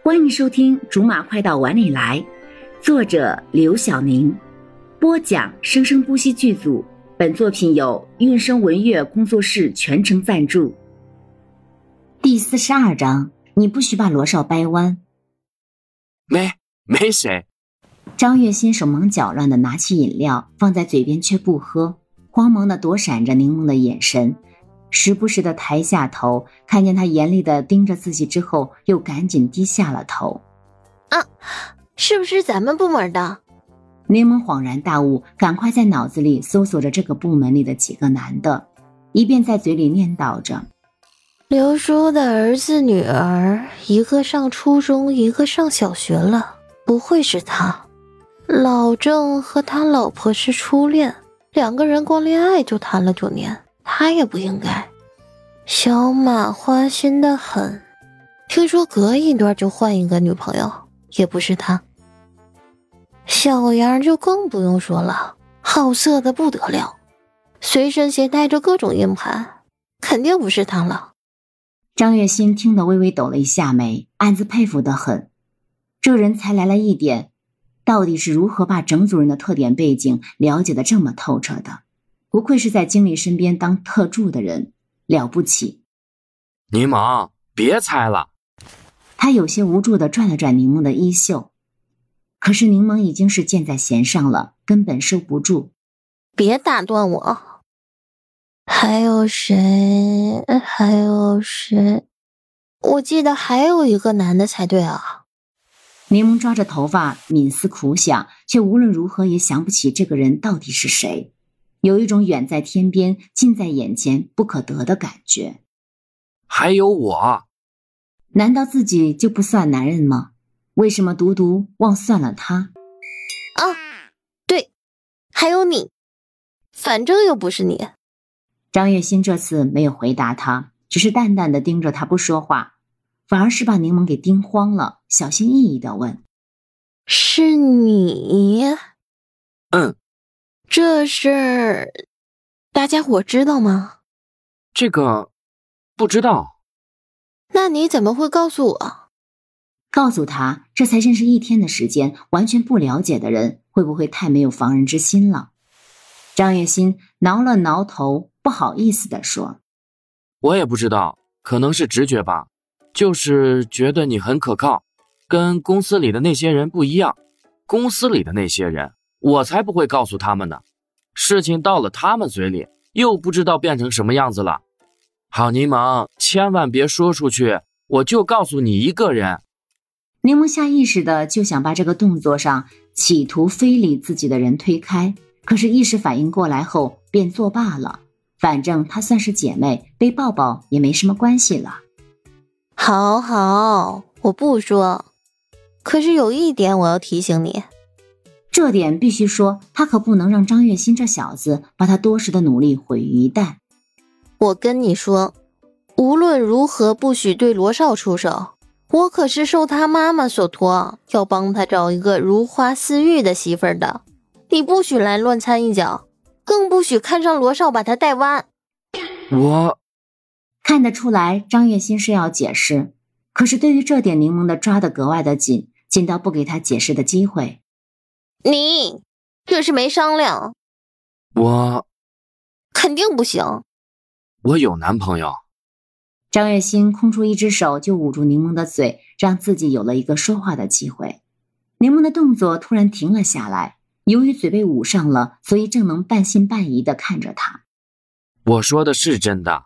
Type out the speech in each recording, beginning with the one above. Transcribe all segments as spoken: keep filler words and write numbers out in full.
欢迎收听《竹马快到碗里来》，作者刘晓宁，播讲生生不息剧组。本作品由韵声文乐工作室全程赞助。第四十二章，你不许把罗少掰弯。 没没谁。 张月心手忙脚乱地拿起饮料放在嘴边却不喝，慌忙地躲闪着柠檬的眼神，时不时地抬下头，看见他严厉地盯着自己之后，又赶紧低下了头。 啊，是不是咱们部门的？ 柠檬恍然大悟，赶快在脑子里搜索着这个部门里的几个男的，一边在嘴里念叨着： 刘叔的儿子女儿，一个上初中，一个上小学了，不会是他。老郑和他老婆是初恋，两个人光恋爱就谈了九年，他也不应该。小马花心得很，听说隔一段就换一个女朋友，也不是他。小杨就更不用说了，好色的不得了，随身携带着各种硬盘，肯定不是他了。 张月心听得微微抖了一下眉，暗自佩服得很。这人才来了一点，到底是如何把整组人的特点背景了解得这么透彻的？不愧是在经理身边当特助的人，了不起。 柠檬，别猜了。 他有些无助地转了转柠檬的衣袖，可是柠檬已经是箭在弦上了，根本收不住。 别打断我。还有谁？还有谁？我记得还有一个男的才对啊。 柠檬抓着头发冥思苦想，却无论如何也想不起这个人到底是谁，有一种远在天边近在眼前不可得的感觉。 还有我。 难道自己就不算男人吗？为什么独独忘算了他？ 啊，对，还有你，反正又不是你。 张月心这次没有回答他，只是淡淡地盯着他不说话，反而是把柠檬给盯慌了，小心翼翼地问： 是你？ 嗯。 这事大家伙知道吗？ 这个不知道。 那你怎么会告诉我？ 告诉他，这才认识一天的时间，完全不了解的人，会不会太没有防人之心了？张月心挠了挠头，不好意思地说： 我也不知道，可能是直觉吧，就是觉得你很可靠，跟公司里的那些人不一样。公司里的那些人，我才不会告诉他们呢。事情到了他们嘴里，又不知道变成什么样子了。好，柠檬，千万别说出去，我就告诉你一个人。 柠檬下意识的就想把这个动作上企图非礼自己的人推开，可是意识反应过来后便作罢了，反正她算是姐妹，被抱抱也没什么关系了。 好好，我不说，可是有一点我要提醒你。 这点必须说，他可不能让张月心这小子把他多时的努力毁于一旦。 我跟你说，无论如何不许对罗少出手，我可是受他妈妈所托，要帮他找一个如花似玉的媳妇儿的。你不许来乱掺一脚，更不许看上罗少把他带弯。 我看得出来张月心是要解释，可是对于这点柠檬的抓得格外的紧，紧到不给他解释的机会。 你这是没商量。 我肯定不行。 我有男朋友。 张月心空出一只手就捂住柠檬的嘴，让自己有了一个说话的机会。柠檬的动作突然停了下来，由于嘴被捂上了，所以正能半信半疑地看着他。 我说的是真的。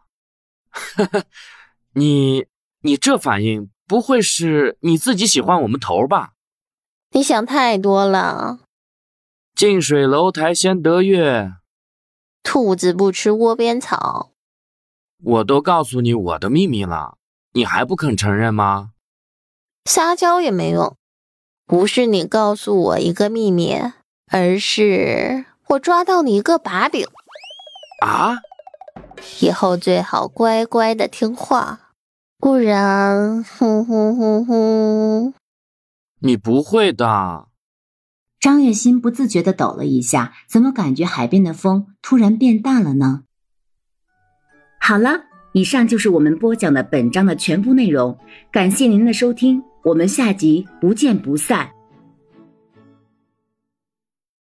你你这反应不会是你自己喜欢我们头吧？ 你想太多了。 近水楼台先得月， 兔子不吃窝边草。 我都告诉你我的秘密了，你还不肯承认吗？ 撒娇也没用，不是你告诉我一个秘密，而是我抓到你一个把柄。 啊？ 以后最好乖乖的听话，不然哼哼哼哼。 你不会的。 张月心不自觉地抖了一下，怎么感觉海边的风突然变大了呢？好了，以上就是我们播讲的本章的全部内容，感谢您的收听， 我们下集不见不散。